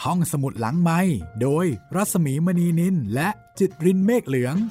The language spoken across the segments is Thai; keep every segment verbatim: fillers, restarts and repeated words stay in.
ห้องสมุดหลังไมค์โดยรัศมีมณีนินและจิตรินเมฆเหลือง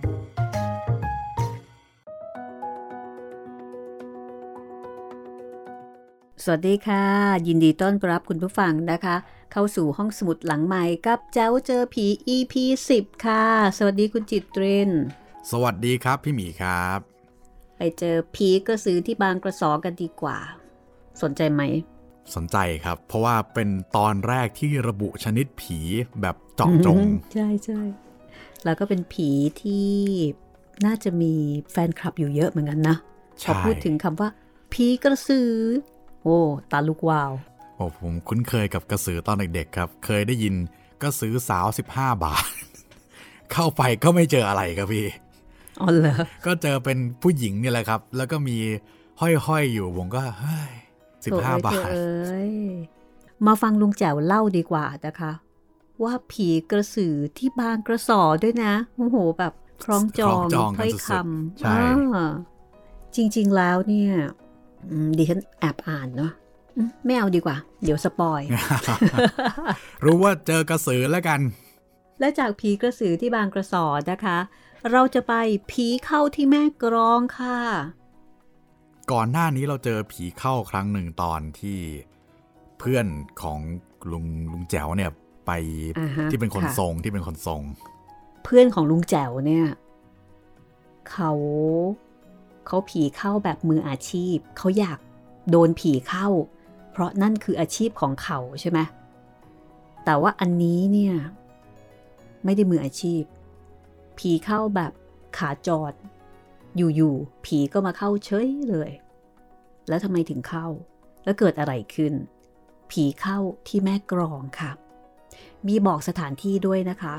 สวัสดีค่ะยินดีต้อนรับคุณผู้ฟังนะคะเข้าสู่ห้องสมุดหลังไมค์กับแจ้วเจอผี อี พี สิบค่ะสวัสดีคุณจิตรินสวัสดีครับพี่หมีครับไปเจอผีกระสือที่บางกระสอกันดีกว่าสนใจไหมสนใจครับเพราะว่าเป็นตอนแรกที่ระบุชนิดผีแบบเจาะจงใช่ใช่แล้วก็เป็นผีที่น่าจะมีแฟนคลับอยู่เยอะเหมือนกันนะพอพูดถึงคำว่าผีกระสือโอ้ตาลุกวาวโอ้ผมคุ้นเคยกับกระสือตอนเด็กๆครับเคยได้ยินกระสือสาวสิบห้าบาท เข้าไปก็ไม่เจออะไรครับพี่อ๋อเหรอก็เจอเป็นผู้หญิงนี่แหละครับแล้วก็มีห้อยๆอยู่ผมก็เฮ้ยสิบห้าบาทมาฟังลุงแจ๋วเล่าดีกว่านะคะว่าผีกระสือที่บางกระสอด้วยนะโอ้โหแบบคล้องจองถ้อยคำใช่จริงๆแล้วเนี่ยดิฉันแอบอ่านเนาะไม่เอาดีกว่าเดี๋ยวสปอยรู้ว่าเจอกระสือแล้วกันและจากผีกระสือที่บางกระสอนะคะเราจะไปผีเข้าที่แม่กลองค่ะก่อนหน้านี้เราเจอผีเข้าครั้งหนึ่งตอนที่เพื่อนของลุงลุงแจ๋วเนี่ยไป uh-huh, ที่เป็นคนทรงที่เป็นคนทรงเพื่อนของลุงแจ๋วเนี่ยเขาเขาผีเข้าแบบมืออาชีพเขาอยากโดนผีเข้าเพราะนั่นคืออาชีพของเขาใช่ไหมแต่ว่าอันนี้เนี่ยไม่ได้มืออาชีพผีเข้าแบบขาจอดอยู่ๆผีก็มาเข้าเฉยเลยแล้วทำไมถึงเข้าแล้วเกิดอะไรขึ้นผีเข้าที่แม่กลองค่ะมีบอกสถานที่ด้วยนะคะ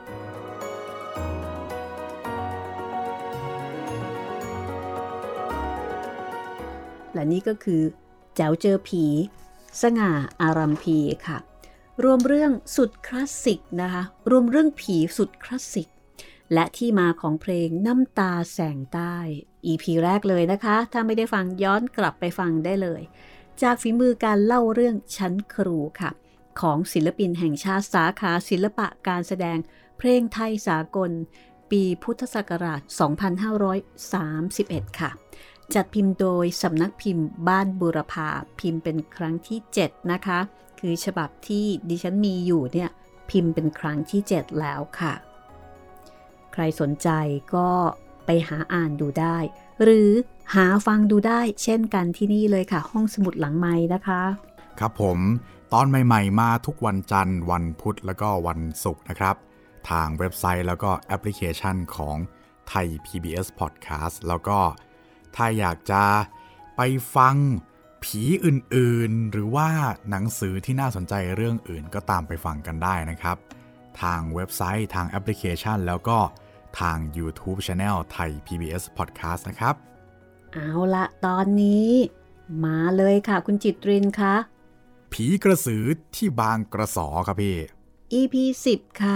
และนี่ก็คือแจ๋วเจอผีสง่าอารัมพีค่ะรวมเรื่องสุดคลาสสิกนะคะรวมเรื่องผีสุดคลาสสิกและที่มาของเพลงน้ำตาแสงใต้ อี พี แรกเลยนะคะถ้าไม่ได้ฟังย้อนกลับไปฟังได้เลยจากฝีมือการเล่าเรื่องชั้นครูค่ะของศิลปินแห่งชาติสาขาศิลปะการแสดงเพลงไทยสากลปีพุทธศักราชสองพันห้าร้อยสามสิบเอ็ดค่ะจัดพิมพ์โดยสำนักพิมพ์บ้านบูรพาพิมพ์เป็นครั้งที่เจ็ดนะคะคือฉบับที่ดิฉันมีอยู่เนี่ยพิมพ์เป็นครั้งที่เจ็ดแล้วค่ะใครสนใจก็ไปหาอ่านดูได้หรือหาฟังดูได้เช่นกันที่นี่เลยค่ะห้องสมุดหลังไมค์นะคะครับผมตอนใหม่ๆมาทุกวันจันทร์วันพุธแล้วก็วันศุกร์นะครับทางเว็บไซต์แล้วก็แอปพลิเคชันของไทย พี บี เอส Podcast แล้วก็ถ้าอยากจะไปฟังผีอื่นๆหรือว่าหนังสือที่น่าสนใจเรื่องอื่นก็ตามไปฟังกันได้นะครับทางเว็บไซต์ทางแอปพลิเคชันแล้วก็ทาง YouTube Channel ไทย พี บี เอส Podcast นะครับเอาละตอนนี้มาเลยค่ะคุณจิตรินคะผีกระสือที่บางกระสอครับพี่อี พี สิบค่ะ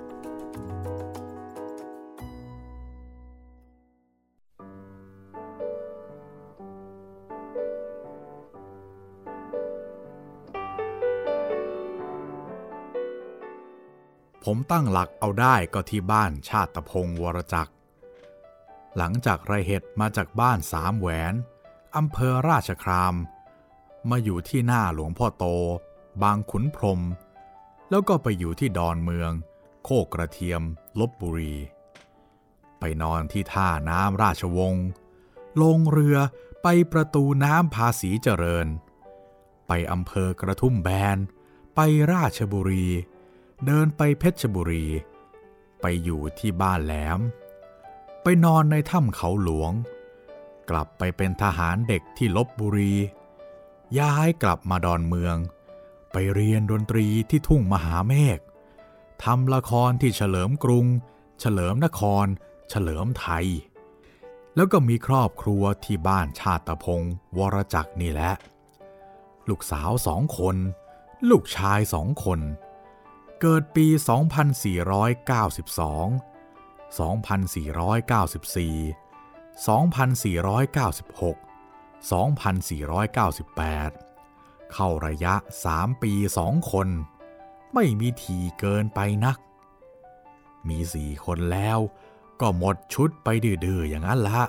ผมตั้งหลักเอาได้ก็ที่บ้านชาตพงศ์วรจักรหลังจากไรเหตุมาจากบ้านสามแหวนอำเภอราชครามมาอยู่ที่หน้าหลวงพ่อโตบางขุนพรหมแล้วก็ไปอยู่ที่ดอนเมืองโคกกระเทียมลพบุรีไปนอนที่ท่าน้ำราชวงศ์ลงเรือไปประตูน้ำภาษีเจริญไปอำเภอกระทุ่มแบนไปราชบุรีเดินไปเพชรบุรีไปอยู่ที่บ้านแหลมไปนอนในถ้ำเขาหลวงกลับไปเป็นทหารเด็กที่ลพบุรีย้ายกลับมาดอนเมืองไปเรียนดนตรีที่ทุ่งมหาเมฆทำละครที่เฉลิมกรุงเฉลิมนครเฉลิมไทยแล้วก็มีครอบครัวที่บ้านชาตพงศ์วรจักรนี่แหละลูกสาวสองคนลูกชายสองคนเกิดปี สองพันสี่ร้อยเก้าสิบสอง สองพันสี่ร้อยเก้าสิบสี่ สองพันสี่ร้อยเก้าสิบหก สองพันสี่ร้อยเก้าสิบแปด เข้าระยะสามปีสองคนไม่มีทีเกินไปนักมีสี่คนแล้วก็หมดชุดไปดื้อๆอย่างนั้นละ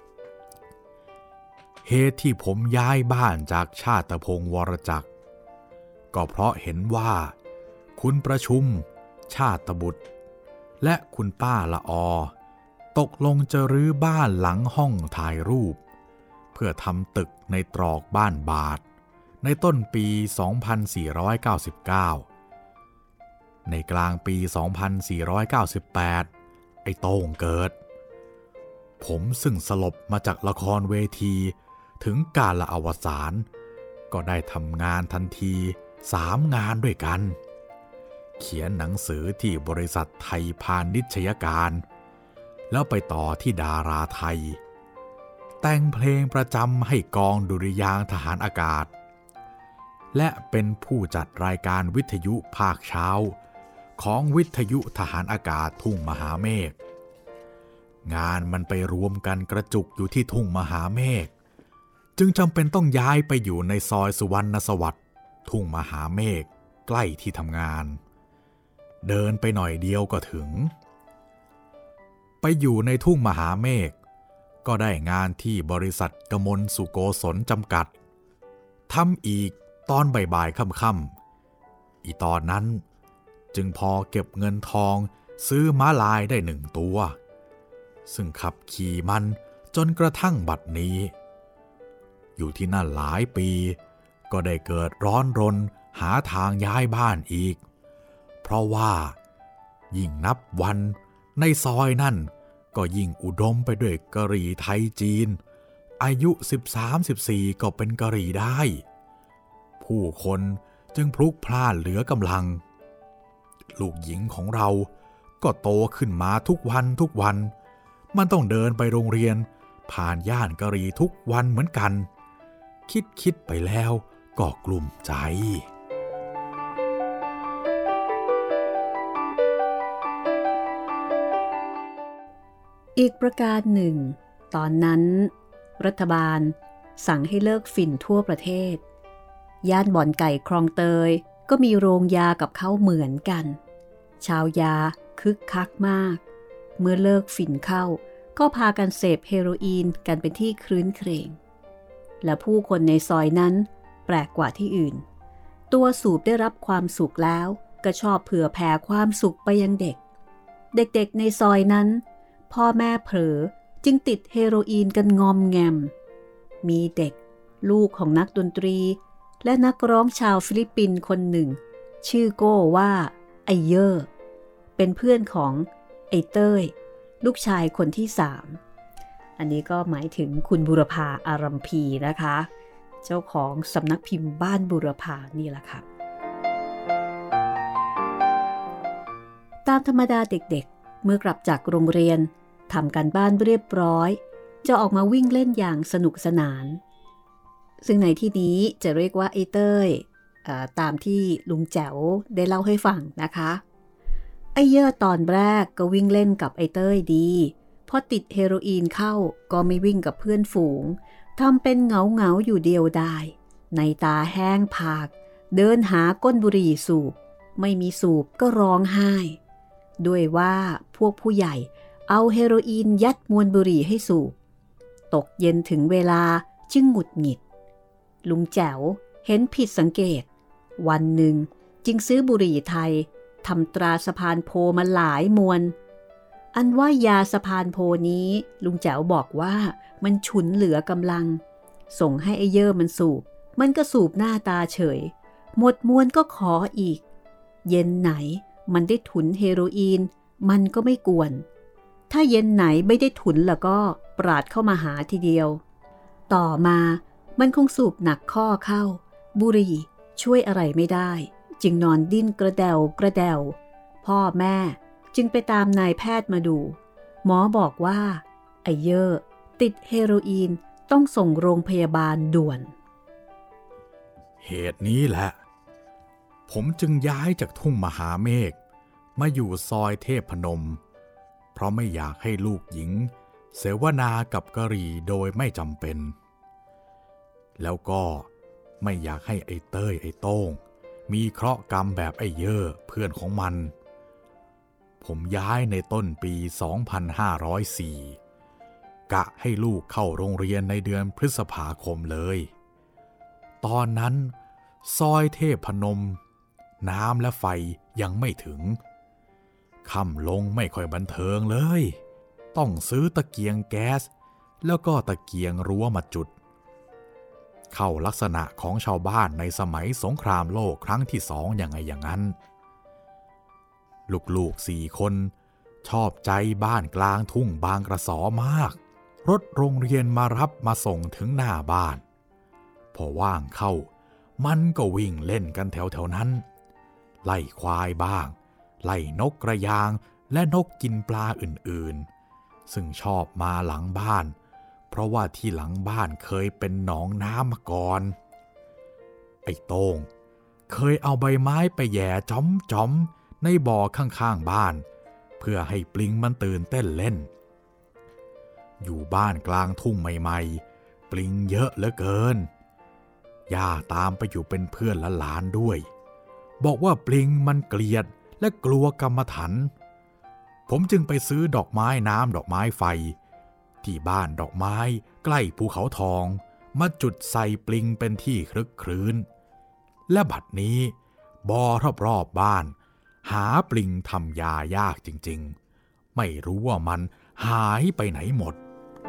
เหตุที่ผมย้ายบ้านจากชาตพงศ์วรจักรก็เพราะเห็นว่าคุณประชุมชาตบุตรและคุณป้าละออตกลงจะรื้อบ้านหลังห้องถ่ายรูปเพื่อทำตึกในตรอกบ้านบาทในต้นปี สองพันสี่ร้อยเก้าสิบเก้า ในกลางปี สองพันสี่ร้อยเก้าสิบแปด ไอ้โต้งเกิดผมซึ่งสลบมาจากละครเวทีถึงกาลอวสานก็ได้ทำงานทันทีสามงานด้วยกันเขียนหนังสือที่บริษัทไทยพาณิชยการแล้วไปต่อที่ดาราไทยแต่งเพลงประจำให้กองดุริยางค์ทหารอากาศและเป็นผู้จัดรายการวิทยุภาคเช้าของวิทยุทหารอากาศทุ่งมหาเมฆงานมันไปรวมกันกระจุกอยู่ที่ทุ่งมหาเมฆจึงจำเป็นต้องย้ายไปอยู่ในซอยสุวรรณสวัสดิ์ทุ่งมหาเมฆใกล้ที่ทำงานเดินไปหน่อยเดียวก็ถึงไปอยู่ในทุ่งมหาเมฆก็ได้งานที่บริษัทกมลสุโกศลจำกัดทำอีกตอนบ่ายๆค่ำๆอีตอนนั้นจึงพอเก็บเงินทองซื้อม้าลายได้หนึ่งตัวซึ่งขับขี่มันจนกระทั่งบัดนี้อยู่ที่นั่นหลายปีก็ได้เกิดร้อนรนหาทางย้ายบ้านอีกเพราะว่ายิ่งนับวันในซอยนั่นก็ยิ่งอุดมไปด้วยกะหรี่ไทยจีนอายุ สิบสาม สิบสี่ ก็เป็นกะหรี่ได้ผู้คนจึงพลุกพล่านเหลือกำลังลูกหญิงของเราก็โตขึ้นมาทุกวันทุกวันมันต้องเดินไปโรงเรียนผ่านย่านกะหรี่ทุกวันเหมือนกันคิดคิดไปแล้วก็กลุ้มใจอีกประการหนึ่งตอนนั้นรัฐบาลสั่งให้เลิกฝิ่นทั่วประเทศย่านบ่อนไก่คลองเตยก็มีโรงยากับเขาเหมือนกันชาวยาคึกคักมากเมื่อเลิกฝิ่นเข้าก็พากันเสพเฮโรอีนกันเป็นที่ครื้นเครงและผู้คนในซอยนั้นแปลกกว่าที่อื่นตัวสูบได้รับความสุขแล้วก็ชอบเผื่อแผ่ความสุขไปยังเด็กเด็กๆในซอยนั้นพ่อแม่เผลอจึงติดเฮโรอีนกันงอมแงมมีเด็กลูกของนักดนตรีและนักร้องชาวฟิลิปปินส์คนหนึ่งชื่อโก้ว่าไอเยอร์เป็นเพื่อนของไอเต้ยลูกชายคนที่สามอันนี้ก็หมายถึงคุณบุรพาอารัมพีนะคะเจ้าของสำนักพิมพ์บ้านบุรพานี่แหละค่ะตามธรรมดาเด็กๆเมื่อกลับจากโรงเรียนทำการบ้านเรียบร้อยจะออกมาวิ่งเล่นอย่างสนุกสนานซึ่งในที่นี้จะเรียกว่าไอ้เต้ยตามที่ลุงแจ๋วได้เล่าให้ฟังนะคะไอ้เย่อตอนแรกก็วิ่งเล่นกับไอ้เต้ยดีพอติดเฮโรอีนเข้าก็ไม่วิ่งกับเพื่อนฝูงทำเป็นเหงาเหงาอยู่เดียวดายในตาแห้งผากเดินหาก้นบุหรี่สูบไม่มีสูบก็ร้องไห้ด้วยว่าพวกผู้ใหญ่เอาเฮโรอีนยัดมวนบุหรี่ให้สูบตกเย็นถึงเวลาจึงหงุดหงิดลุงแจ๋วเห็นผิดสังเกตวันหนึ่งจึงซื้อบุหรี่ไทยทำตราสะพานโพมาหลายมวนอันว่ายาสะพานโพนี้ลุงแจ๋วบอกว่ามันฉุนเหลือกำลังส่งให้ไอ้เย่อมันสูบมันก็สูบหน้าตาเฉยหมดมวนก็ขออีกเย็นไหนมันได้ถุนเฮโรอีนมันก็ไม่กวนถ้าเย็นไหนไม่ได้ถุนแล้วก็ปราดเข้ามาหาทีเดียวต่อมามันคงสูบหนักข้อเข้าบุหรี่ช่วยอะไรไม่ได้จึงนอนดิ้นกระเดวกระเดวพ่อแม่จึงไปตามนายแพทย์มาดูหมอบอกว่าไอเย่อติดเฮโรอีนต้องส่งโรงพยาบาลด่วนเหตุนี้แหละผมจึงย้ายจากทุ่งมหาเมฆมาอยู่ซอยเทพพนมเพราะไม่อยากให้ลูกหญิงเสวนากับกะหรี่โดยไม่จำเป็นแล้วก็ไม่อยากให้ไอ้เต้ยไอ้โต้งมีเคราะห์กรรมแบบไอ้เย่อเพื่อนของมันผมย้ายในต้นปีสองพันห้าร้อยสี่กะให้ลูกเข้าโรงเรียนในเดือนพฤษภาคมเลยตอนนั้นซอยเทพนมน้ำและไฟยังไม่ถึงค่ำลงไม่ค่อยบันเทิงเลยต้องซื้อตะเกียงแก๊สแล้วก็ตะเกียงรั้วมาจุดเข้าลักษณะของชาวบ้านในสมัยสงครามโลกครั้งที่สองอย่างไงอย่างนั้นลูกๆสี่คนชอบใจบ้านกลางทุ่งบางกระสอมากรถโรงเรียนมารับมาส่งถึงหน้าบ้านพอว่างเข้ามันก็วิ่งเล่นกันแถวๆนั้นไล่ควายบ้างไล่นกกระยางและนกกินปลาอื่นๆซึ่งชอบมาหลังบ้านเพราะว่าที่หลังบ้านเคยเป็นหนองน้ำมาก่อนไอ้โต้งเคยเอาใบไม้ไปแย่จ้อมๆในบ่อข้างๆบ้านเพื่อให้ปลิงมันตื่นเต้นเล่นอยู่บ้านกลางทุ่งใหม่ๆปลิงเยอะเหลือเกินย่าตามไปอยู่เป็นเพื่อนและหลานด้วยบอกว่าปลิงมันเกลียดและกลัวกรรมฐานผมจึงไปซื้อดอกไม้น้ำดอกไม้ไฟที่บ้านดอกไม้ใกล้ภูเขาทองมาจุดใส่ปลิงเป็นที่ครึกครื้นและบัดนี้บ่อรอบๆบ้านหาปลิงทำยายากจริงๆไม่รู้ว่ามันหายไปไหนหมด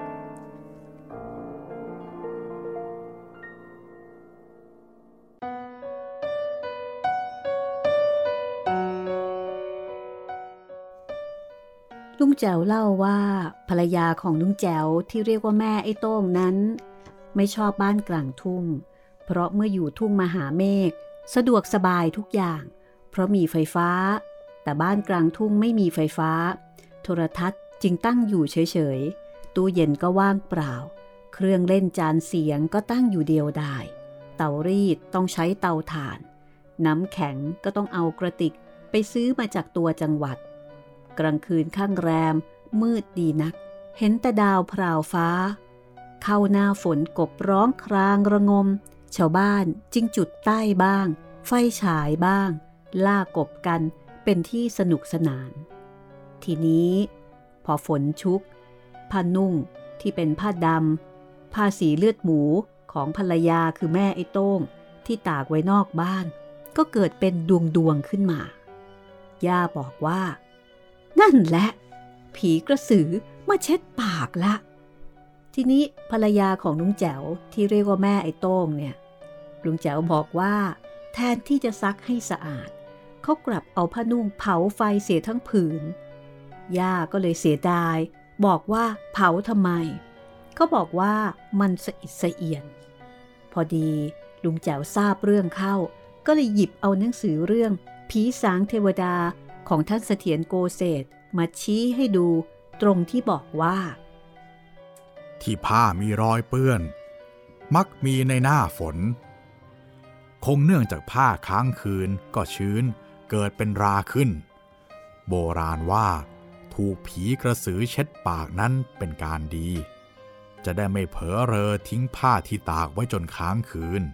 ลุงแจ๋วเล่าว่าภรรยาของลุงแจ๋วที่เรียกว่าแม่ไอ้โต้งนั้นไม่ชอบบ้านกลางทุ่งเพราะเมื่ออยู่ทุ่งมหาเมฆสะดวกสบายทุกอย่างเพราะมีไฟฟ้าแต่บ้านกลางทุ่งไม่มีไฟฟ้าโทรทัศน์จึงตั้งอยู่เฉยๆตู้เย็นก็ว่างเปล่าเครื่องเล่นจานเสียงก็ตั้งอยู่เดียวดายเตารีดต้องใช้เตาถ่านน้ำแข็งก็ต้องเอากระติกไปซื้อมาจากตัวจังหวัดกลางคืนข้างแรมมืดดีนักเห็นแต่ดาวพราวฟ้าเข้าหน้าฝนกบร้องครางระงมชาวบ้านจึงจุดใต้บ้างไฟฉายบ้างล่ากบกันเป็นที่สนุกสนานทีนี้พอฝนชุกผ้านุ่งที่เป็นผ้าดำผ้าสีเลือดหมูของภรรยาคือแม่ไอ้โต้งที่ตากไว้นอกบ้านก็เกิดเป็นดวงดวงขึ้นมาย่าบอกว่านั่นแหละผีกระสือมาเช็ดปากละทีนี้ภรรยาของลุงแจ๋วที่เรียกว่าแม่ไอ้โต้งเนี่ยลุงแจ๋วบอกว่าแทนที่จะซักให้สะอาดเขากลับเอาผ้านุ่งเผาไฟเสียทั้งผืนย่าก็เลยเสียดายบอกว่าเผาทำไมเขาบอกว่ามันสะอิดสะเอียนพอดีลุงแจ๋วทราบเรื่องเข้าก็เลยหยิบเอาหนังสือเรื่องผีสางเทวดาของท่านเสถียรโกเศษมาชี้ให้ดูตรงที่บอกว่าที่ผ้ามีรอยเปื้อนมักมีในหน้าฝนคงเนื่องจากผ้าค้างคืนก็ชื้นเกิดเป็นราขึ้นโบราณว่าถูกผีกระสือเช็ดปากนั้นเป็นการดีจะได้ไม่เผลอเรอทิ้งผ้าที่ตากไว้จนค้างคืน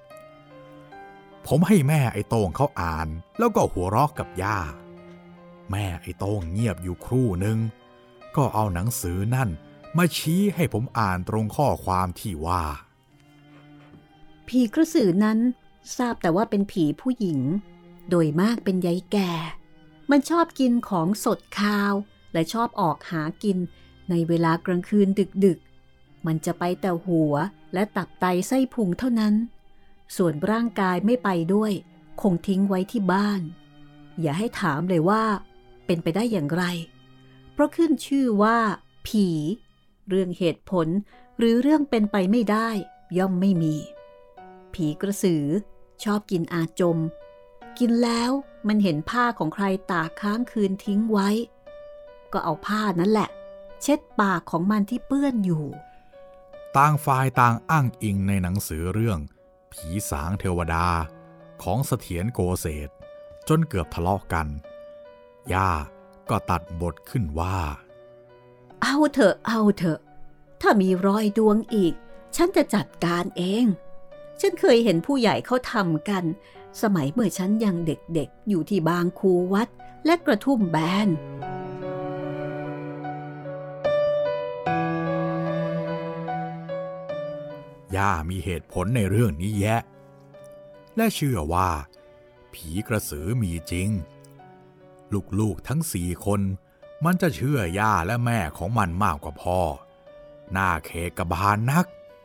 ผมให้แม่ไอ้โต้งเขาอ่านแล้วก็หัวเราะกับย่าแม่ไอ้โต้งเงียบอยู่ครู่นึงก็เอาหนังสือนั่นมาชี้ให้ผมอ่านตรงข้อความที่ว่าผีกระสือนั้นทราบแต่ว่าเป็นผีผู้หญิงโดยมากเป็นยายแก่มันชอบกินของสดคาวและชอบออกหากินในเวลากลางคืนดึกๆมันจะไปแต่หัวและตับไตไส้พุงเท่านั้นส่วนร่างกายไม่ไปด้วยคงทิ้งไว้ที่บ้านอย่าให้ถามเลยว่าเป็นไปได้อย่างไรเพราะขึ้นชื่อว่าผีเรื่องเหตุผลหรือเรื่องเป็นไปไม่ได้ย่อมไม่มีผีกระสือชอบกินอาจมกินแล้วมันเห็นผ้าของใครตากค้างคืนทิ้งไว้ก็เอาผ้านั้นแหละเช็ดปากของมันที่เปื้อนอยู่ต่างฝ่ายต่างอ้างอิงในหนังสือเรื่องผีสางเทวดาของเสถียรโกเศษจนเกือบทะเลาะกันย่าก็ตัดบทขึ้นว่าเอาเถอะเอาเถอะถ้ามีรอยดวงอีกฉันจะจัดการเองฉันเคยเห็นผู้ใหญ่เขาทำกันสมัยเมื่อฉันยังเด็กๆอยู่ที่บางคูวัดและกระทุ่มแบนย่ามีเหตุผลในเรื่องนี้แยะและเชื่อว่าผีกระสือมีจริงลูกๆทั้งสี่คนมันจะเชื่อย่าและแม่ของมันมากกว่าพ่อหน้าเคกบาลนัก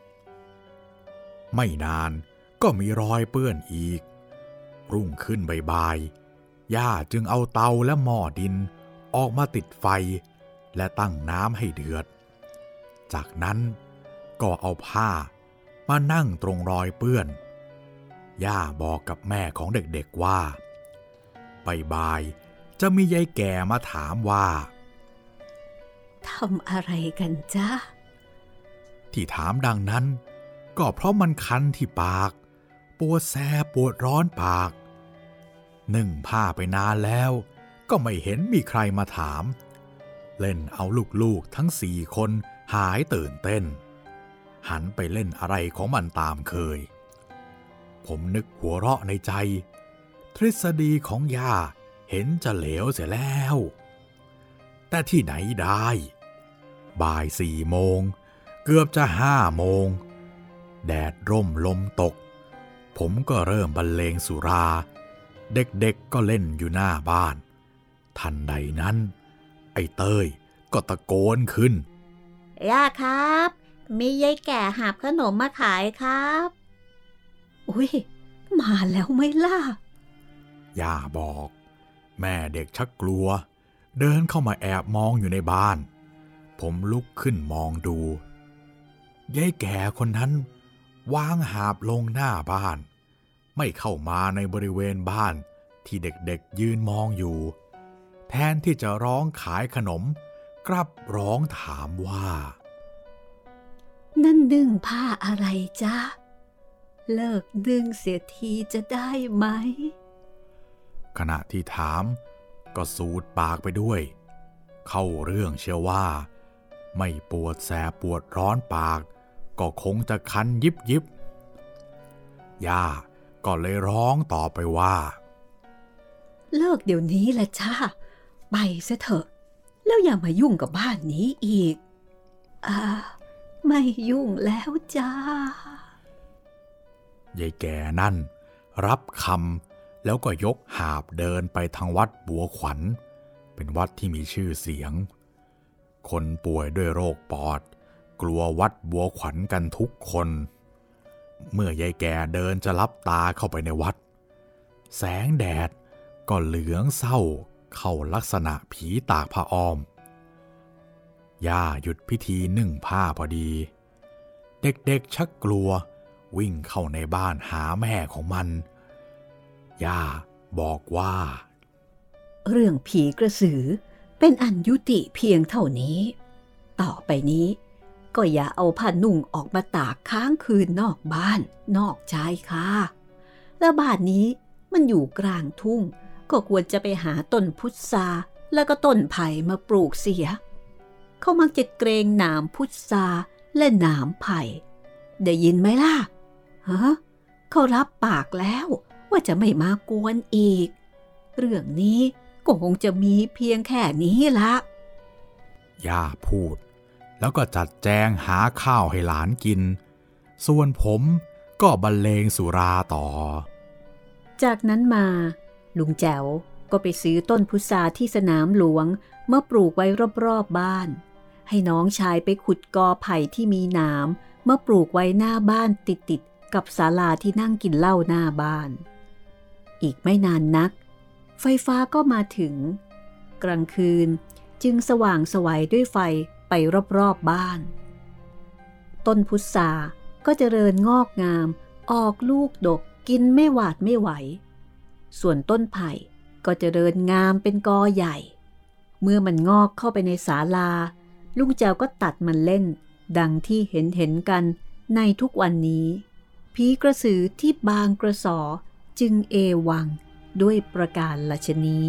ไม่นานก็มีรอยเปื้อนอีกรุ่งขึ้นบ่ายๆย่าจึงเอาเตาและหม้อดินออกมาติดไฟและตั้งน้ำให้เดือดจากนั้นก็เอาผ้ามานั่งตรงรอยเปื้อนย่าบอกกับแม่ของเด็กๆว่าบ่ายๆจะมียายแก่มาถามว่าทำอะไรกันจ๊ะที่ถามดังนั้นก็เพราะมันคันที่ปากปวดแสบปวดร้อนปากนึ่งผ้าไปนานแล้วก็ไม่เห็นมีใครมาถามเล่นเอาลูกๆทั้งสี่คนหายตื่นเต้นหันไปเล่นอะไรของมันตามเคยผมนึกหัวเราะในใจทฤษฎีของย่าเห็นจะเหลวเสียแล้วแต่ที่ไหนได้บ่ายสี่โมงเกือบจะห้าโมงแดดร่มลมตกผมก็เริ่มบรรเลงสุราเด็กๆก็เล่นอยู่หน้าบ้านทันใดนั้นไอ้เต้ยก็ตะโกนขึ้นย่าครับมียายแก่หาบขนมมาขายครับอุ้ยมาแล้วไหมล่ะย่าบอกแม่เด็กชักกลัวเดินเข้ามาแอบมองอยู่ในบ้านผมลุกขึ้นมองดูยายแก่คนนั้นวางหาบลงหน้าบ้านไม่เข้ามาในบริเวณบ้านที่เด็กๆยืนมองอยู่แทนที่จะร้องขายขนมกลับร้องถามว่านั่นดึงผ้าอะไรจ๊ะเลิกดึงเสียทีจะได้ไหมขณะที่ถามก็สูดปากไปด้วยเข้าเรื่องเชียวว่าไม่ปวดแสบปวดร้อนปากก็คงจะคันยิบยิบย่าก็เลยร้องต่อไปว่าเลิกเดี๋ยวนี้ละจ้าไปซะเถอะแล้วอย่ามายุ่งกับบ้านนี้อีกอ่าไม่ยุ่งแล้วจ้ายายแก่นั่นรับคำแล้วก็ยกหาบเดินไปทางวัดบัวขวัญเป็นวัดที่มีชื่อเสียงคนป่วยด้วยโรคปอดกลัววัดบัวขวัญกันทุกคนเมื่อยายแก่เดินจะลับตาเข้าไปในวัดแสงแดดก็เหลืองเศร้าเข้าลักษณะผีตากผ้าอ้อมย่าหยุดพิธีนึ่งผ้าพอดีเด็กๆชักกลัววิ่งเข้าในบ้านหาแม่ของมันย่าบอกว่าเรื่องผีกระสือเป็นอันยุติเพียงเท่านี้ต่อไปนี้ก็อย่าเอาผ้านุ่งออกมาตากค้างคืนนอกบ้านนอกชายคาแล้วบ้านนี้มันอยู่กลางทุ่งก็ควรจะไปหาต้นพุทราแล้วก็ต้นไผ่มาปลูกเสียเขามักจะเกรงหนามพุทราและหนามไผ่ได้ยินไหมล่ะฮะเขารับปากแล้วว่าจะไม่มากวนอีกเรื่องนี้ก็คงจะมีเพียงแค่นี้ละย่าพูดแล้วก็จัดแจงหาข้าวให้หลานกินส่วนผมก็บรรเลงสุราต่อจากนั้นมาลุงแจ๋วก็ไปซื้อต้นพุทราที่สนามหลวงมาปลูกไว้รอบๆบ้านให้น้องชายไปขุดกอไผ่ที่มีหนามมาปลูกไว้หน้าบ้านติดๆกับศาลาที่นั่งกินเหล้าหน้าบ้านอีกไม่นานนักไฟฟ้าก็มาถึงกลางคืนจึงสว่างไสวด้วยไฟไปรอบๆบ้านต้นพุทราก็เจริญงอกงามออกลูกดกกินไม่หวาดไม่ไหวส่วนต้นไผ่ก็เจริญงามเป็นกอใหญ่เมื่อมันงอกเข้าไปในศาลาลุงแจวก็ตัดมันเล่นดังที่เห็นเห็นกันในทุกวันนี้ผีกระสือที่บางกระสอจึงเอวังด้วยประการละชนี้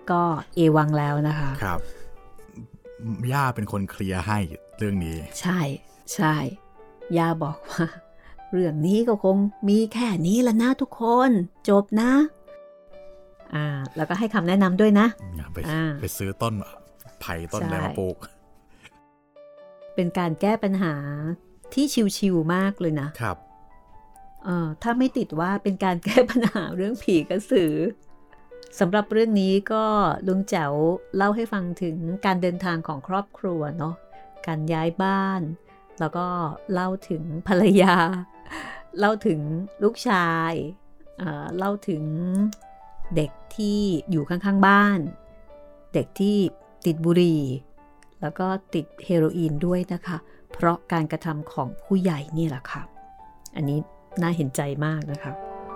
ก็เอวังแล้วนะคะครับย่าเป็นคนเคลียร์ให้เรื่องนี้ใช่ใช่ย่าบอกว่าเรื่องนี้ก็คงมีแค่นี้ละนะทุกคนจบนะอ่าแล้วก็ให้คำแนะนำด้วยนะไปไปซื้อต้นไผ่ต้นอะไรมาปลูกเป็นการแก้ปัญหาที่ชิวๆมากเลยนะครับเอ่อถ้าไม่ติดว่าเป็นการแก้ปัญหาเรื่องผีกระสือสำหรับเรื่องนี้ก็ลุงแจ๋วเล่าให้ฟังถึงการเดินทางของครอบครัวเนาะการย้ายบ้านแล้วก็เล่าถึงภรรยาเล่าถึงลูกชายเอ่อเล่าถึงเด็กที่อยู่ข้างๆบ้านเด็กที่ติดบุหรี่แล้วก็ติดเฮโรอีนด้วยนะคะเพราะการกระทำของผู้ใหญ่นี่แหละค่ะอันนี้น่าเห็นใจมากนะคะ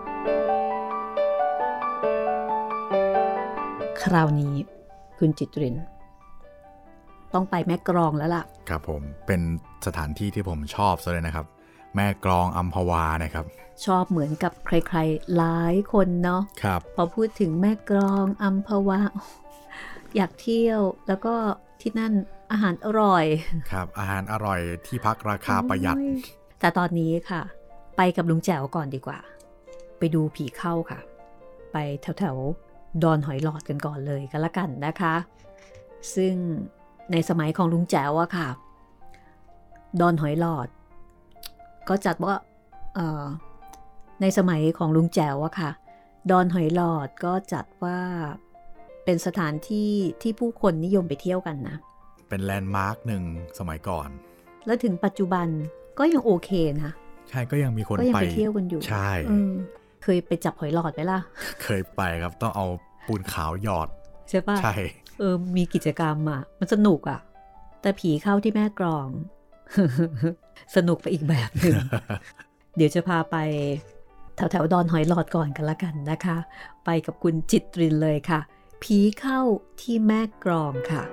คราวนี้คุณจิตรินต้องไปแม่กลองแล้วล่ะครับผมเป็นสถานที่ที่ผมชอบซะเลยนะครับแม่กลองอัมพวานะครับชอบเหมือนกับใครๆหลายคนเนาะครับพอพูดถึงแม่กลองอัมพวาอยากเที่ยวแล้วก็ที่นั่นอาหารอร่อยครับอาหารอร่อยที่พักราคาประหยัดแต่ตอนนี้ค่ะไปกับลุงแจ๋วก่อนดีกว่าไปดูผีเข้าค่ะไปแถวๆดอนหอยหลอดกันก่อนเลยก็แล้วกันนะคะซึ่งในสมัยของลุงแจ๋วอะค่ะดอนหอยหลอดก็จัดว่าในสมัยของลุงแจ๋วอะค่ะดอนหอยหลอดก็จัดว่าเป็นสถานที่ที่ผู้คนนิยมไปเที่ยวกันนะเป็นแลนด์มาร์คหนึ่งสมัยก่อนแล้วถึงปัจจุบันก็ยังโอเคนะใช่ก็ยังมีคนไปไปเที่ยวกันอยู่ใช่เคยไปจับหอยหลอดไหมล่ะเคยไปครับต้องเอาปูนขาวหยอดใช่ป่ะใช่เออมีกิจกรรมอ่ะมันสนุกอ่ะแต่ผีเข้าที่แม่กลอง สนุกไปอีกแบบนึง เดี๋ยวจะพาไปแถวแถวดอนหอยหลอดก่อนกันละกันนะคะไปกับคุณจิตรินเลยค่ะผีเข้าที่แม่กลองค่ะ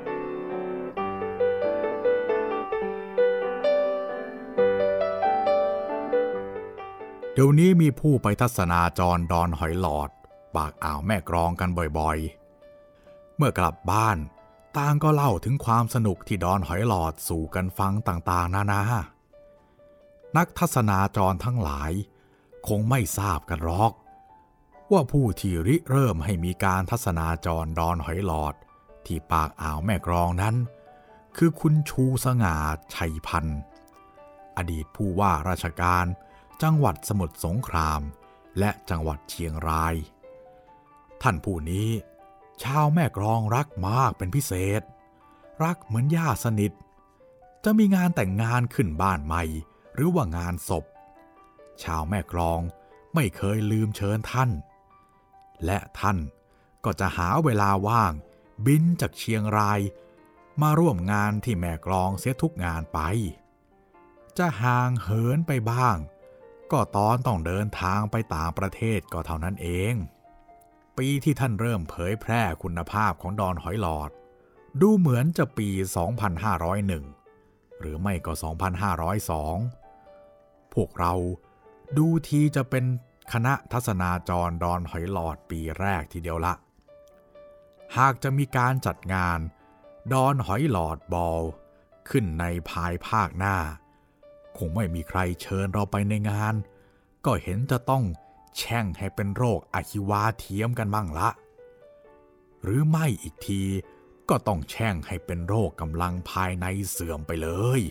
เดี๋ยวนี้มีผู้ไปทัศนาจรดอนหอยหลอดปากอ่าวแม่กลองกันบ่อยๆเมื่อกลับบ้านต่างก็เล่าถึงความสนุกที่ดอนหอยหลอดสู่กันฟังต่างๆนานานักทัศนาจรทั้งหลายคงไม่ทราบกันหรอกว่าผู้ที่ริเริ่มให้มีการทัศนาจรดอนหอยหลอดที่ปากอ่าวแม่กลองนั้นคือคุณชูสง่าชัยพันธ์อดีตผู้ว่าราชการจังหวัดสมุทรสงครามและจังหวัดเชียงรายท่านผู้นี้ชาวแม่กลองรักมากเป็นพิเศษรักเหมือนญาติสนิทจะมีงานแต่งงานขึ้นบ้านใหม่หรือว่างานศพชาวแม่กลองไม่เคยลืมเชิญท่านและท่านก็จะหาเวลาว่างบินจากเชียงรายมาร่วมงานที่แม่กลองเสียทุกงานไปจะห่างเหินไปบ้างก็ตอนต้องเดินทางไปต่างประเทศก็เท่านั้นเองปีที่ท่านเริ่มเผยแพร่คุณภาพของดอนหอยหลอดดูเหมือนจะปี สองพันห้าร้อยเอ็ด หรือไม่ก็ สองพันห้าร้อยสอง พวกเราดูทีจะเป็นคณะทัศนาจรดอนหอยหลอดปีแรกทีเดียวละหากจะมีการจัดงานดอนหอยหลอดบอลขึ้นในภายภาคหน้าคงไม่มีใครเชิญเราไปในงานก็เห็นจะต้องแช่งให้เป็นโรคอหิวาเทียมกันบ้างละหรือไม่อีกทีก็ต้องแช่งให้เป็นโรคกำลังภายในเสื่อมไปเลย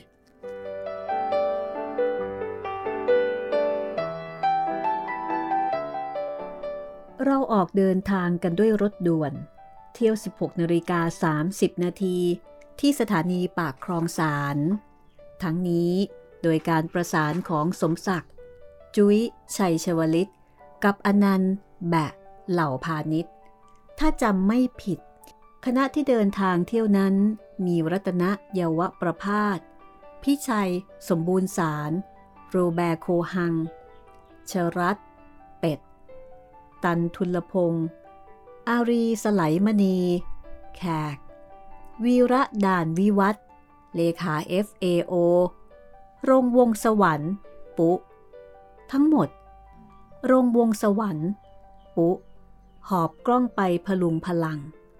เราออกเดินทางกันด้วยรถด่วนเที่ยว สิบหกนาฬิกาสามสิบนาทีที่สถานีปากคลองสารทั้งนี้โดยการประสานของสมศักดิ์จุ้ยชัยชวลิตกับอนันต์แบะเหล่าพาณิชย์ถ้าจำไม่ผิดคณะที่เดินทางเที่ยวนั้นมีรัตนเยาวประภาสพิชัยสมบูรณ์สารโรแบร์โคฮังชรัตน์เป็ดตันทุลพงศ์อารีสไลมณีแขกวีระด่านวิวัฒน์เลขา เอฟ เอ โอ รงวงสวรรค์ปุทั้งหมดรงวงสวรรค์ปุหอบกล้องไปพลุงพลัง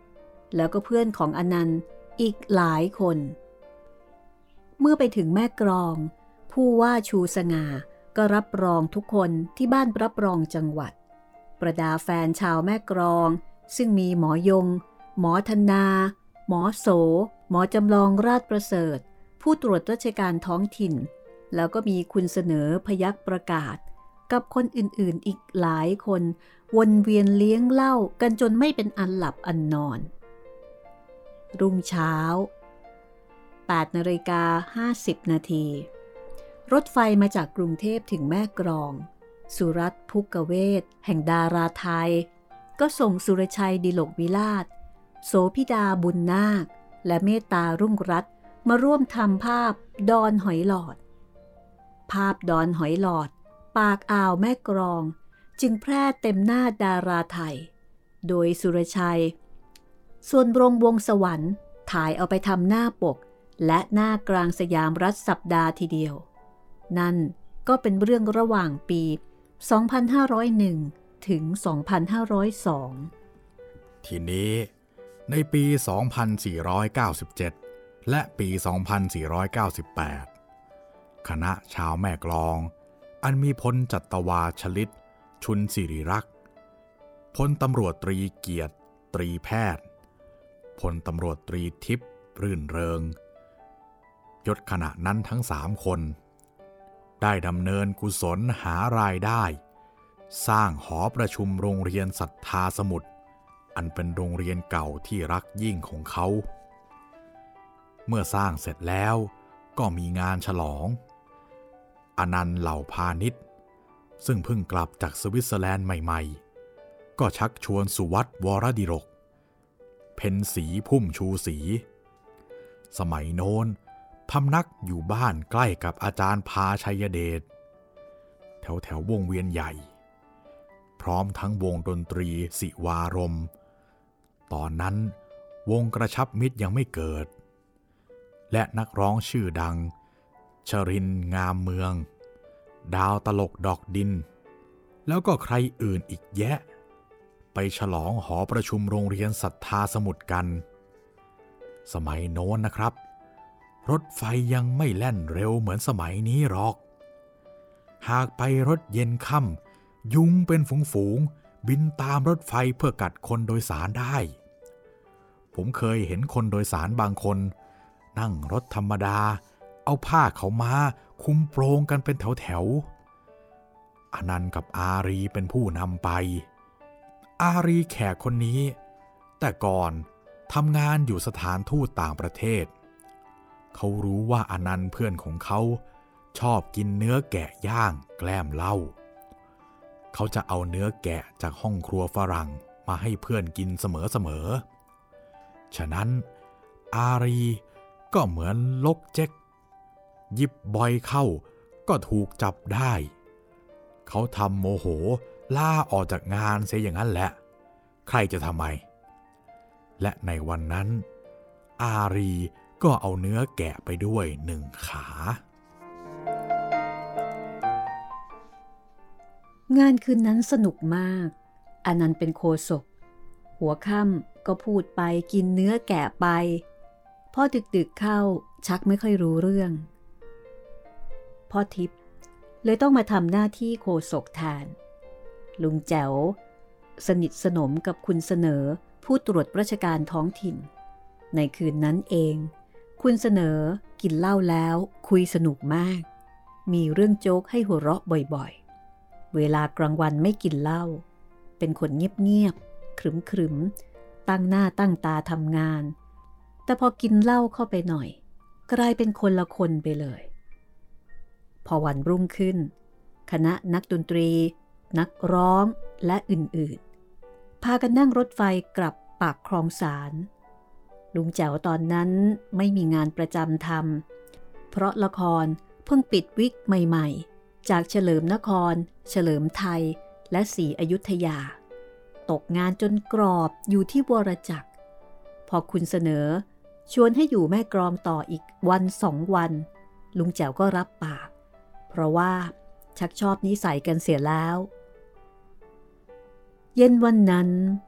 แล้วก็เพื่อนของอนันต์อีกหลายคนเมื่อไปถึงแม่กลองผู้ว่าชูสง่าก็รับรองทุกคนที่บ้านรับรองจังหวัดประดาแฟนชาวแม่กลองซึ่งมีหมอยงหมอธนาหมอโสหมอจำลองราชประเสริฐผู้ตรวจราชการท้องถิ่นแล้วก็มีคุณเสนอพยัคฆ์ประกาศกับคนอื่นๆอีกหลายคนวนเวียนเลี้ยงเหล้ากันจนไม่เป็นอันหลับอันนอนรุ่งเช้าแปดนาฬิกาห้าสิบนาทีรถไฟมาจากกรุงเทพถึงแม่กลองสุรัตน์ภุกเวศแห่งดาราไทยก็ส่งสุรชัยดิลกวิลาศโสภิดาบุญนาคและเมตตารุ่งรัตน์มาร่วมทำภาพดอนหอยหลอดภาพดอนหอยหลอดปากอ่าวแม่กลองจึงแพร่เต็มหน้าดาราไทยโดยสุรชัยส่วนโรงวงสวรรค์ถ่ายเอาไปทำหน้าปกและหน้ากลางสยามรัฐสัปดาห์ทีเดียวนั่นก็เป็นเรื่องระหว่างปี สองพันห้าร้อยเอ็ด ถึง สองพันห้าร้อยสองทีนี้ในปี สองพันสี่ร้อยเก้าสิบเจ็ด และปี สองพันสี่ร้อยเก้าสิบแปด คณะชาวแม่กลองอันมีพลจัตวาชลิตชุนสิริรักษ์พลตำรวจตรีเกียรติตรีแพทย์พลตำรวจตรีทิพย์รื่นเริงยศขณะนั้นทั้งสามคนได้ดำเนินกุศลหารายได้สร้างหอประชุมโรงเรียนศรัทธาสมุทรอันเป็นโรงเรียนเก่าที่รักยิ่งของเขาเมื่อสร้างเสร็จแล้วก็มีงานฉลองอนันต์เหล่าพาณิชย์ซึ่งเพิ่งกลับจากสวิตเซอร์แลนด์ใหม่ๆก็ชักชวนสุวัตวรดิรกเพ็ญศรีพุ่มชูศรีสมัยโน้นพำนักอยู่บ้านใกล้กับอาจารย์พาชัยเดชแถวแถววงเวียนใหญ่พร้อมทั้งวงดนตรีศิวารมตอนนั้นวงกระชับมิตรยังไม่เกิดและนักร้องชื่อดังชรินทร์งามเมืองดาวตลกดอกดินแล้วก็ใครอื่นอีกแยะไปฉลองหอประชุมโรงเรียนศรัทธาสมุทรกันสมัยโน้นนะครับรถไฟยังไม่แล่นเร็วเหมือนสมัยนี้หรอกหากไปรถเย็นค่ำยุงเป็นฝูงๆบินตามรถไฟเพื่อกัดคนโดยสารได้ผมเคยเห็นคนโดยสารบางคนนั่งรถธรรมดาเอาผ้าเขาม้าคุมโปรงกันเป็นแถวๆอนันต์กับอารีเป็นผู้นำไปอารีแขกคนนี้แต่ก่อนทำงานอยู่สถานทูตต่างประเทศเขารู้ว่าอนันต์เพื่อนของเขาชอบกินเนื้อแกะย่างแกล้มเหล้าเขาจะเอาเนื้อแกะจากห้องครัวฝรั่งมาให้เพื่อนกินเสมอๆฉะนั้นอารีก็เหมือนลกเจ๊กหยิบบ่อยเข้าก็ถูกจับได้เขาทำโมโหล่าออกจากงานเสียอย่างนั้นแหละใครจะทำไมและในวันนั้นอารีก็เอาเนื้อแกะไปด้วยหนึ่งขางานคืนนั้นสนุกมากอนันต์เป็นโฆษกหัวค่ำก็พูดไปกินเนื้อแกะไปพอดึกๆเข้าชักไม่ค่อยรู้เรื่องพ่อทิพย์เลยต้องมาทำหน้าที่โฆษกแทนลุงแจ๋วสนิทสนมกับคุณเสนอผู้ตรวจราชการท้องถิ่นในคืนนั้นเองคุณเสนอกินเหล้าแล้วคุยสนุกมากมีเรื่องโจ๊กให้หัวเราะบ่อยๆเวลากลางวันไม่กินเหล้าเป็นคนเงียบๆขรึมๆตั้งหน้าตั้งตาทำงานแต่พอกินเหล้าเข้าไปหน่อยกลายเป็นคนละคนไปเลยพอวันรุ่งขึ้นคณะนักดนตรีนักร้องและอื่นๆพากันนั่งรถไฟกลับปากคลองสารลุงแจ๋วตอนนั้นไม่มีงานประจำทำเพราะละครเพิ่งปิดวิกใหม่ๆจากเฉลิมนครเฉลิมไทยและศรีอยุธยาตกงานจนกรอบอยู่ที่วรจักรพอคุณเสนอชวนให้อยู่แม่กลองต่ออีกวันสองวันลุงแจ๋วก็รับปากเพราะว่าชักชอบนิสัยกันเสียแล้วเย็นวันนั้น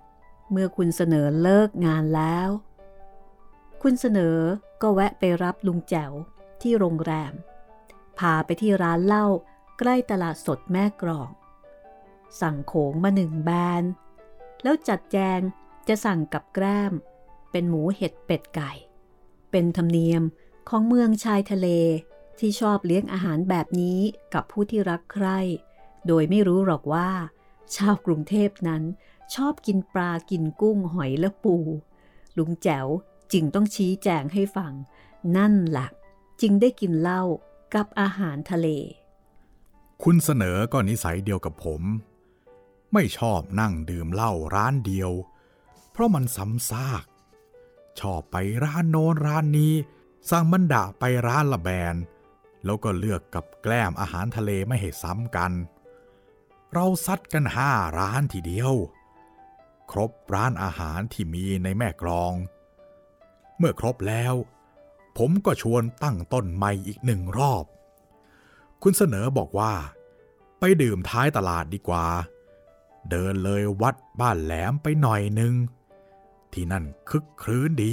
เมื่อคุณเสนอเลิกงานแล้วคุณเสนอก็แวะไปรับลุงแจ๋วที่โรงแรมพาไปที่ร้านเหล้าใกล้ตลาดสดแม่กลองสั่งโขงมาหนึ่งแบนแล้วจัดแจงจะสั่งกับแกล้มเป็นหมูเห็ดเป็ดไก่เป็นธรรมเนียมของเมืองชายทะเลที่ชอบเลี้ยงอาหารแบบนี้กับผู้ที่รักใคร่โดยไม่รู้หรอกว่าชาวกรุงเทพนั้นชอบกินปลากินกุ้งหอยและปูลุงแจ๋วจึงต้องชี้แจงให้ฟังนั่นแหละจึงได้กินเหล้ากับอาหารทะเลคุณเสนอก็นิสัยเดียวกับผมไม่ชอบนั่งดื่มเหล้าร้านเดียวเพราะมันซ้ำซากชอบไปร้านโน้นร้านนี้สั่งบรรดาไปร้านละแบนแล้วก็เลือกกับแกล้มอาหารทะเลไม่ให้ซ้ำกันเราซัดกันห้าร้านทีเดียวครบร้านอาหารที่มีในแม่กลองเมื่อครบแล้วผมก็ชวนตั้งต้นใหม่อีกหนึ่งรอบคุณเสนอบอกว่าไปดื่มท้ายตลาดดีกว่าเดินเลยวัดบ้านแหลมไปหน่อยนึงที่นั่นคึกครื้นดี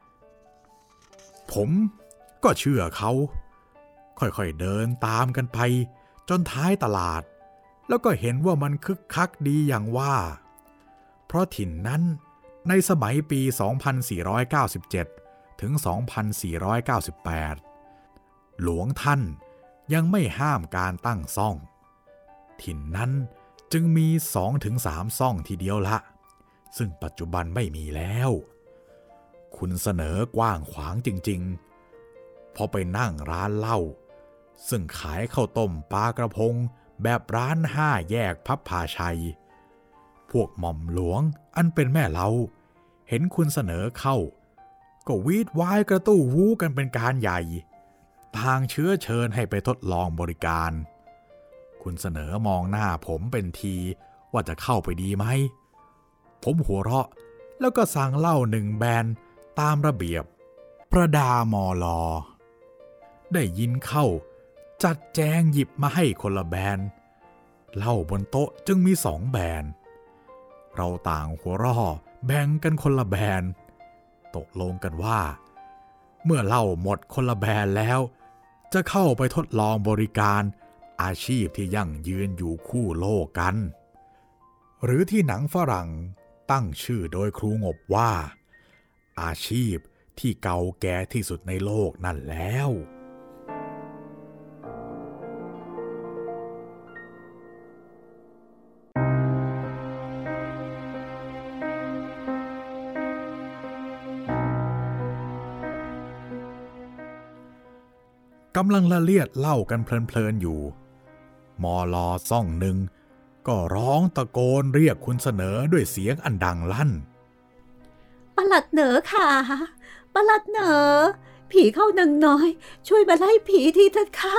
ผมก็เชื่อเขาค่อยๆเดินตามกันไปจนท้ายตลาดแล้วก็เห็นว่ามันคึกคักดีอย่างว่าเพราะถิ่นนั้นในสมัยปี สองพันสี่ร้อยเก้าสิบเจ็ด ถึง สองพันสี่ร้อยเก้าสิบแปด หลวงท่านยังไม่ห้ามการตั้งซ่องถิ่นนั้นจึงมี สองถึงสาม ซ่องทีเดียวละซึ่งปัจจุบันไม่มีแล้วคุณเสนอกว้างขวางจริงๆพอไปนั่งร้านเหล้าซึ่งขายข้าวต้มปลากระพงแบบร้านห้าแยกพับพาชัยพวกหม่อมหลวงอันเป็นแม่เล้าเห็นคุณเสนอเข้าก็วีดวายกระตู้วู้กันเป็นการใหญ่ทางเชื้อเชิญให้ไปทดลองบริการคุณเสนอมองหน้าผมเป็นทีว่าจะเข้าไปดีไหมผมหัวเราะแล้วก็สั่งเหล้าหนึ่งแบนตามระเบียบประดามอลอได้ยินเข้าจัดแจงหยิบมาให้คนละแบนเหล้าบนโต๊ะจึงมีสองแบนเราต่างหัวเราะแบ่งกันคนละแบนตกลงกันว่าเมื่อเหล้าหมดคนละแบนแล้วจะเข้าไปทดลองบริการอาชีพที่ยั่งยืนอยู่คู่โลกกันหรือที่หนังฝรั่งตั้งชื่อโดยครูงบว่าอาชีพที่เก่าแก่ที่สุดในโลกนั่นแล้วกำลังละเลียดเล่ากันเพลินๆอยู่มอลอซ่องหนึ่งก็ร้องตะโกนเรียกคุณเสนอด้วยเสียงอันดังลั่นปลัดเหนอค่ะปลัดเหนอผีเข้านางน้อยช่วยมาไล่ผีทีเถิดค่ะ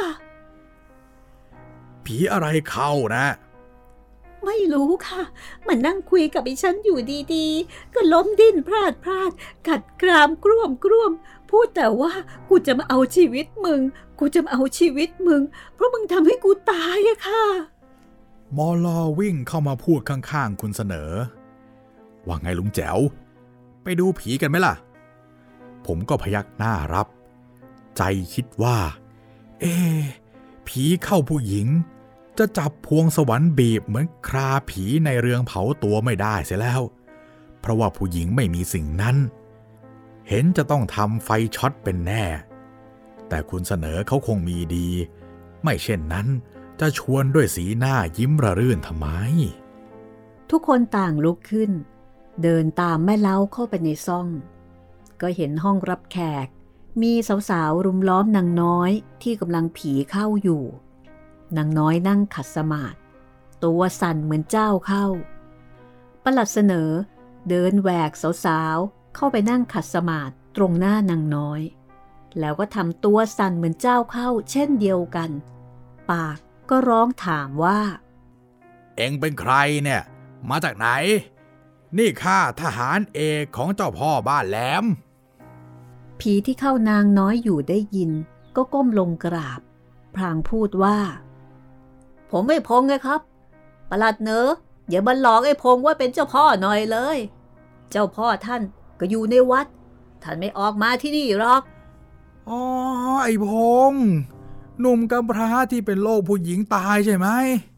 ผีอะไรเข้านะไม่รู้ค่ะมันนั่งคุยกับไอ้ฉันอยู่ดีๆก็ล้มดิ้นพลาดพลาดกัดกรามกร่วมกร่วมพูดแต่ว่ากูจะมาเอาชีวิตมึงกูจะมาเอาชีวิตมึงเพราะมึงทำให้กูตายอะค่ะมอลอวิ่งเข้ามาพูดข้างๆคุณเสนอว่าไงลุงแจ๋วไปดูผีกันไหมล่ะผมก็พยักหน้ารับใจคิดว่าเอ๊ะผีเข้าผู้หญิงจะจับพวงสวรรค์บีบเหมือนคราผีในเรืองเผาตัวไม่ได้เสียแล้วเพราะว่าผู้หญิงไม่มีสิ่งนั้นเห็นจะต้องทำไฟช็อตเป็นแน่แต่คุณเสนอเขาคงมีดีไม่เช่นนั้นจะชวนด้วยสีหน้ายิ้มระรื่นทำไมทุกคนต่างลุกขึ้นเดินตามแม่เล้าเข้าไปในซ่องก็เห็นห้องรับแขกมีสาวๆรุมล้อมนางน้อยที่กำลังผีเข้าอยู่นางน้อยนั่งขัดสมาธิตัวสั่นเหมือนเจ้าเข้าปลัดเสนอเดินแหวกสาวๆเข้าไปนั่งขัดสมาธิตรงหน้านางน้อยแล้วก็ทำตัวสั่นเหมือนเจ้าเข้าเช่นเดียวกันปากก็ร้องถามว่าเอ็งเป็นใครเนี่ยมาจากไหนนี่ข้าทหารเอกของเจ้าพ่อบ้านแหลมผีที่เข้านางน้อยอยู่ได้ยินก็ก้มลงกราบพลางพูดว่าผมไม่พงไงครับปลัดเนออย่าบันหลอกไอ้พงว่าเป็นเจ้าพ่อหน่อยเลยเจ้าพ่อท่านก็อยู่ในวัดท่านไม่ออกมาที่นี่หรอกอ๋อไอ้พงษ์หนุ่มกำพร้าที่เป็นโรคผู้หญิงตายใช่ไหม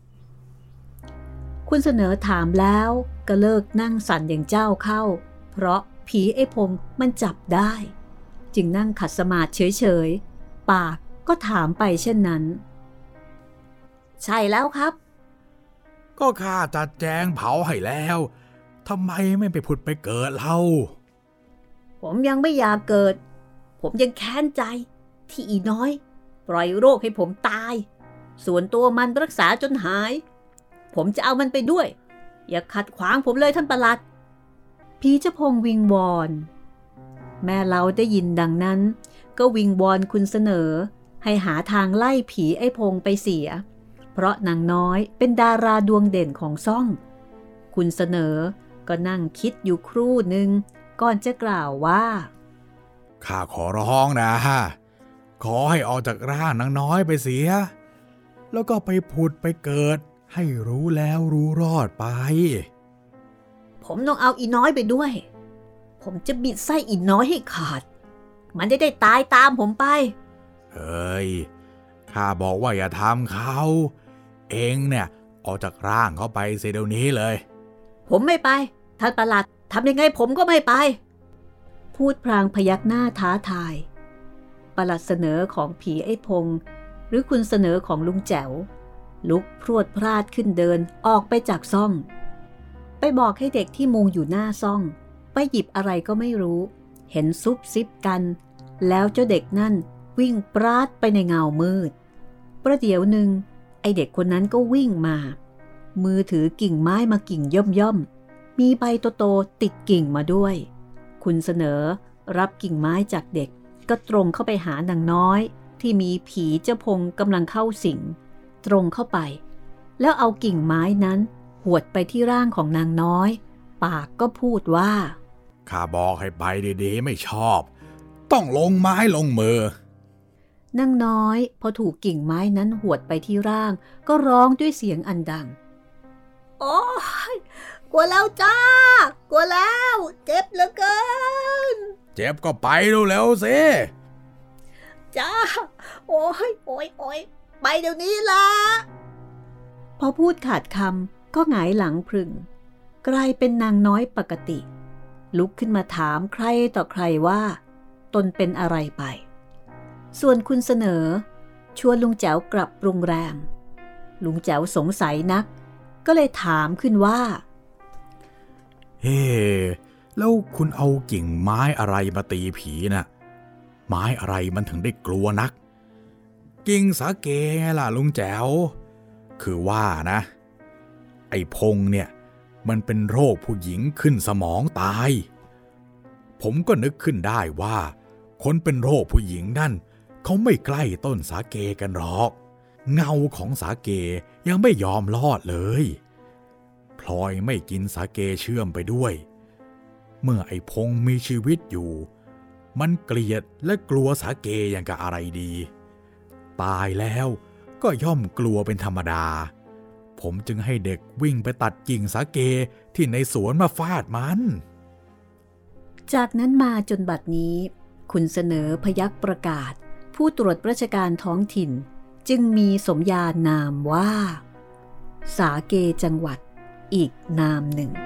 คุณเสนอถามแล้วก็เลิกนั่งสั่นอย่างเจ้าเข้าเพราะผีไอ้พงษ์มันจับได้จึงนั่งขัดสมาธิเฉยๆปากก็ถามไปเช่นนั้นใช่แล้วครับก็ข้าจัดแจงเผาให้แล้วทำไมไม่ไปผุดไปเกิดเล่าผมยังไม่อยากเกิดผมยังแค้นใจที่อีน้อยปล่อยโรคให้ผมตายส่วนตัวมันรักษาจนหายผมจะเอามันไปด้วยอย่าขัดขวางผมเลยท่านประหลัดผีเจ้าพงวิงวอนแม่เราได้ยินดังนั้นก็วิงวอนคุณเสนอให้หาทางไล่ผีไอ้พงไปเสียเพราะนางน้อยเป็นดาราดวงเด่นของซ่องคุณเสนอก็นั่งคิดอยู่ครู่หนึ่งก่อนจะกล่าวว่าข้าขอร้องนะขอให้ออกจากร่างนางน้อยไปเสียแล้วก็ไปผุดไปเกิดให้รู้แล้วรู้รอดไปผมต้องเอาอีน้อยไปด้วยผมจะบิดไส้อีน้อยให้ขาดมันจะได้ตายตามผมไปเฮ้ยข้าบอกว่าอย่าทำเขาเองเนี่ยออกจากร่างเขาไปเสียเดี๋ยวนี้เลยผมไม่ไปท่านประหลัดทำยังไงผมก็ไม่ไปพูดพลางพยักหน้าท้าทายประหลัดเสนอของผีไอ้พงหรือคุณเสนอของลุงแจ๋วลุกพรวดพราดขึ้นเดินออกไปจากซ่องไปบอกให้เด็กที่มุงอยู่หน้าซ่องไปหยิบอะไรก็ไม่รู้เห็นซุบซิบกันแล้วเจ้าเด็กนั่นวิ่งปราดไปในเงามืดประเดี๋ยวหนึ่งไอเด็กคนนั้นก็วิ่งมามือถือกิ่งไม้มากิ่งย่อมย่อมมีใบโตๆติดกิ่งมาด้วยคุณเสนอรับกิ่งไม้จากเด็กก็ตรงเข้าไปหานางน้อยที่มีผีเจ้าพงกำลังเข้าสิงตรงเข้าไปแล้วเอากิ่งไม้นั้นหวดไปที่ร่างของนางน้อยปากก็พูดว่าข้าบอกให้ไปดีๆไม่ชอบต้องลงไม้ลงมือนางน้อยพอถูกกิ่งไม้นั้นหวดไปที่ร่างก็ร้องด้วยเสียงอันดังโอ๊ยกลัวแล้วจ้ากลัวแล้วเจ็บเหลือเกินเจ็บก็ไปเร็วๆสิจ้าโอ๊ยโอ๊ยโอ๊ยไปเดี๋ยวนี้ละพอพูดขาดคำก็หงายหลังพรึงกลายเป็นนางน้อยปกติลุกขึ้นมาถามใครต่อใครว่าตนเป็นอะไรไปส่วนคุณเสนอชวนลุงแจ๋วกลับโรงแรมลุงแจ๋วสงสัยนักก็เลยถามขึ้นว่าเฮ้แล้วคุณเอากิ่งไม้อะไรมาตีผีน่ะไม้อะไรมันถึงได้กลัวนักกิ่งสาเกไงล่ะลุงแจ๋วคือว่านะไอ้พงเนี่ยมันเป็นโรคผู้หญิงขึ้นสมองตายผมก็นึกขึ้นได้ว่าคนเป็นโรคผู้หญิงนั่นเขาไม่ใกล้ต้นสาเกกันหรอกเงาของสาเกยังไม่ยอมรอดเลยพลอยไม่กินสาเกเชื่อมไปด้วยเมื่อไอ้พงมีชีวิตอยู่มันเกลียดและกลัวสาเกอย่างกับอะไรดีตายแล้วก็ย่อมกลัวเป็นธรรมดาผมจึงให้เด็กวิ่งไปตัดกิ่งสาเกที่ในสวนมาฟาดมันจากนั้นมาจนบัดนี้คุณเสนอพยัคฆ์ประกาศผู้ตรวจราชการท้องถิ่นจึงมีสมญานามว่าสาเกจังหวัดอีกนามหนึ่ง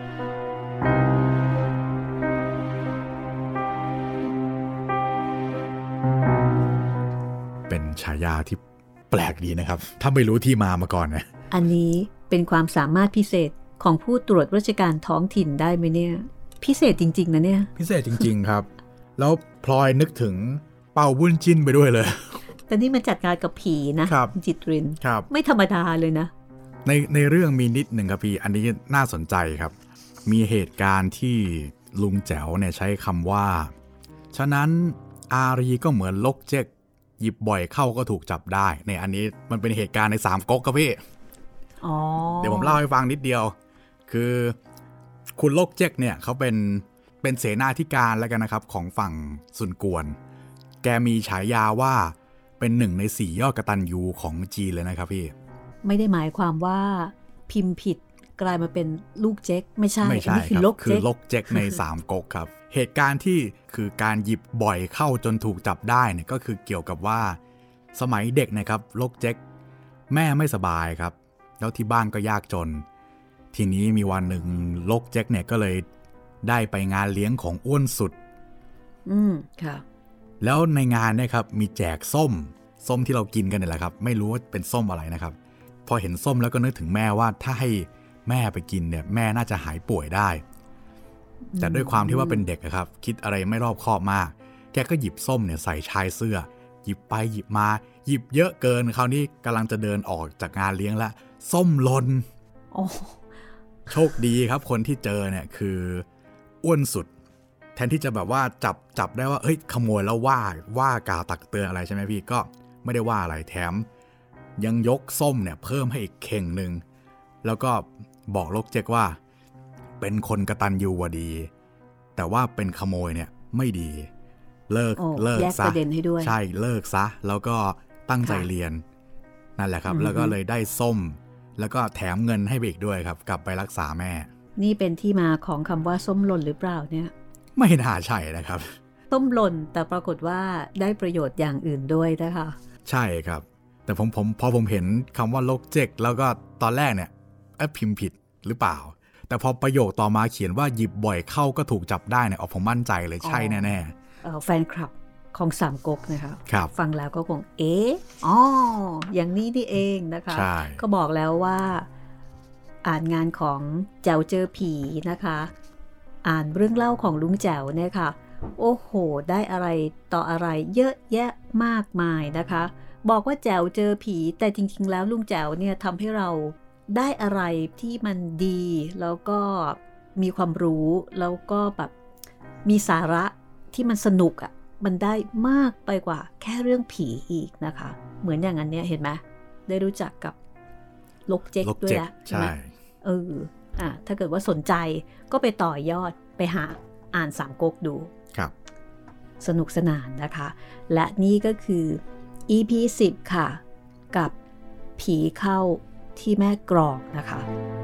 เป็นฉายาที่แปลกดีนะครับถ้าไม่รู้ที่มามาก่อนนะอันนี้เป็นความสามารถพิเศษของผู้ตรวจราชการท้องถิ่นได้ไหมเนี่ยพิเศษจริงๆนะเนี่ยพิเศษจริงๆครับแล้วพลอยนึกถึงเป่าบุญจิ้นไปด้วยเลยแต่นี่มันจัดงานกับผีนะจิตรินไม่ธรรมดาเลยนะในในเรื่องมีนิดหนึ่งครับพี่อันนี้น่าสนใจครับมีเหตุการณ์ที่ลุงแจ๋วเนี่ยใช้คำว่าฉะนั้นอารีก็เหมือนลกเจ๊กหยิบบ่อยเข้าก็ถูกจับได้เนี่ยอันนี้มันเป็นเหตุการณ์ในสามก๊กครับพี่เดี๋ยวผมเล่าให้ฟังนิดเดียวคือคุณลกเจ๊กเนี่ยเขาเป็นเป็นเสนาธิการแล้วกันนะครับของฝั่งซุนกวนแกมีฉายาว่าเป็นหนึ่งในสี่ยอดกตัญญูของจีนเลยนะครับพี่ไม่ได้หมายความว่าพิมพ์ผิดกลายมาเป็นลูกเจ๊กไม่ใช่ไม่ใช่อันนี้คือครับลกคืเจ๊อก ลกเจ๊กในสามก๊กครับ เหตุการณ์ที่คือการหยิบบ่อยเข้าจนถูกจับได้เนี่ยก็คือเกี่ยวกับว่าสมัยเด็กนะครับลกเจ๊กแม่ไม่สบายครับแล้วที่บ้านก็ยากจนทีนี้มีวันหนึ่งลกเจ๊กเนี่ยก็เลยได้ไปงานเลี้ยงของอ้วนสุดอืมค่ะแล้วในงานเนี่ยครับมีแจกส้มส้มที่เรากินกันเนี่ยแหละครับไม่รู้ว่าเป็นส้มอะไรนะครับพอเห็นส้มแล้วก็นึกถึงแม่ว่าถ้าให้แม่ไปกินเนี่ยแม่น่าจะหายป่วยได้แต่ด้วยความที่ว่าเป็นเด็กครับคิดอะไรไม่รอบคอบมากแกก็หยิบส้มเนี่ยใส่ชายเสื้อหยิบไปหยิบมาหยิบเยอะเกินคราวนี้กำลังจะเดินออกจากงานเลี้ยงแล้วส้มหล่นโอ้โชคดีครับคนที่เจอเนี่ยคืออ้วนสุดแทนที่จะแบบว่าจับจับได้ว่าเฮ้ยขโมยแล้วว่าว่ากล่าวตักเตือนอะไรใช่ไหมพี่ก็ไม่ได้ว่าอะไรแถมยังยกส้มเนี่ยเพิ่มให้อีกเข่งหนึ่งแล้วก็บอกลกเจ๊กว่าเป็นคนกตัญญูวดีแต่ว่าเป็นขโมยเนี่ยไม่ดีเลิกเลิกซะใช่เลิกซะแล้วก็ตั้งใจเรียนนั่นแหละครับแล้วก็เลยได้ส้มแล้วก็แถมเงินให้ไปอีกด้วยครับกลับไปรักษาแม่นี่เป็นที่มาของคำว่าส้มหล่นหรือเปล่าเนี่ยไม่น่าใช่นะครับส้มหล่นแต่ปรากฏว่าได้ประโยชน์อย่างอื่นด้วยนะคะใช่ครับแต่ผมผมพอผมเห็นคำว่าลกเจ๊กแล้วก็ตอนแรกเนี่ยเอ๊ะพิมพ์ผิดหรือเปล่าแต่พอประโยคต่อมาเขียนว่าหยิบบ่อยเข้าก็ถูกจับได้เนี่ยอ๋อผมมั่นใจเลยใช่แน่ๆแฟนคลับของสามก๊กนะคะครับฟังแล้วก็คงเอ๊ะอ๋ออย่างนี้นี่เองนะคะก็บอกแล้วว่าอ่านงานของแจ๋วเจอผีนะคะอ่านเรื่องเล่าของลุงแจ๋วเนี่ยค่ะโอ้โหได้อะไรต่ออะไรเยอะแยะมากมายนะคะบอกว่าแจ๋วเจอผีแต่จริงๆแล้วลุงแจ๋วเนี่ยทำให้เราได้อะไรที่มันดีแล้วก็มีความรู้แล้วก็แบบมีสาระที่มันสนุกอ่ะมันได้มากไปกว่าแค่เรื่องผีอีกนะคะเหมือนอย่างนั้นเนี่ยเห็นไหมได้รู้จักกับลกเจ๊กด้วยละใช่ไหมเอออ่ะถ้าเกิดว่าสนใจก็ไปต่อยอดไปหาอ่านสามก๊กดูครับสนุกสนานนะคะและนี่ก็คือ อี พี สิบค่ะกับผีเข้าที่แม่กรองนะคะ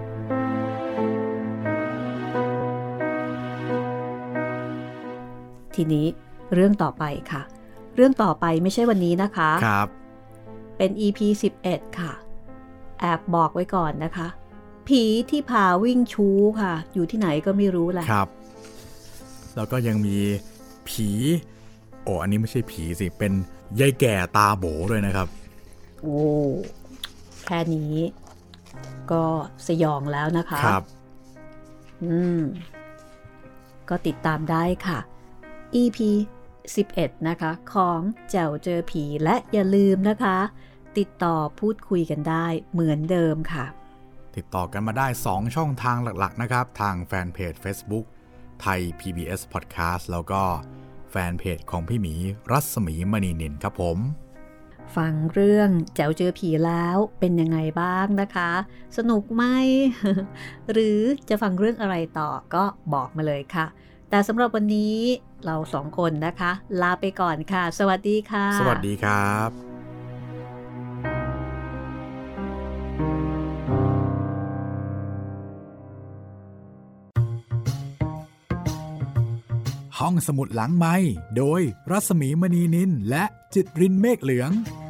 ทีนี้เรื่องต่อไปค่ะเรื่องต่อไปไม่ใช่วันนี้นะคะครับเป็น อี พี สิบเอ็ดค่ะแอบบอกไว้ก่อนนะคะผีที่พาวิ่งชู้ค่ะอยู่ที่ไหนก็ไม่รู้แหละครับแล้วก็ยังมีผีโอ้อันนี้ไม่ใช่ผีสิเป็นยายแก่ตาโบด้วยนะครับโอ้แค่นี้ก็สยองแล้วนะคะครับอืมก็ติดตามได้ค่ะ อี พี สิบเอ็ดนะคะของแจ๋วเจอผีและอย่าลืมนะคะติดต่อพูดคุยกันได้เหมือนเดิมค่ะติดต่อกันมาได้สองช่องทางหลักๆนะครับทางแฟนเพจ Facebook ไทย พี บี เอส Podcast แล้วก็แฟนเพจของพี่หมีรัศมีมณีนินครับผมฟังเรื่องแจ๋วเจอผีแล้วเป็นยังไงบ้างนะคะสนุกไหม หรือจะฟังเรื่องอะไรต่อก็บอกมาเลยค่ะแต่สำหรับวันนี้เราสองคนนะคะลาไปก่อนค่ะสวัสดีค่ะสวัสดีครับห้องสมุดหลังไมค์โดยรัศมีมณีนินและจิตรินเมฆเหลือง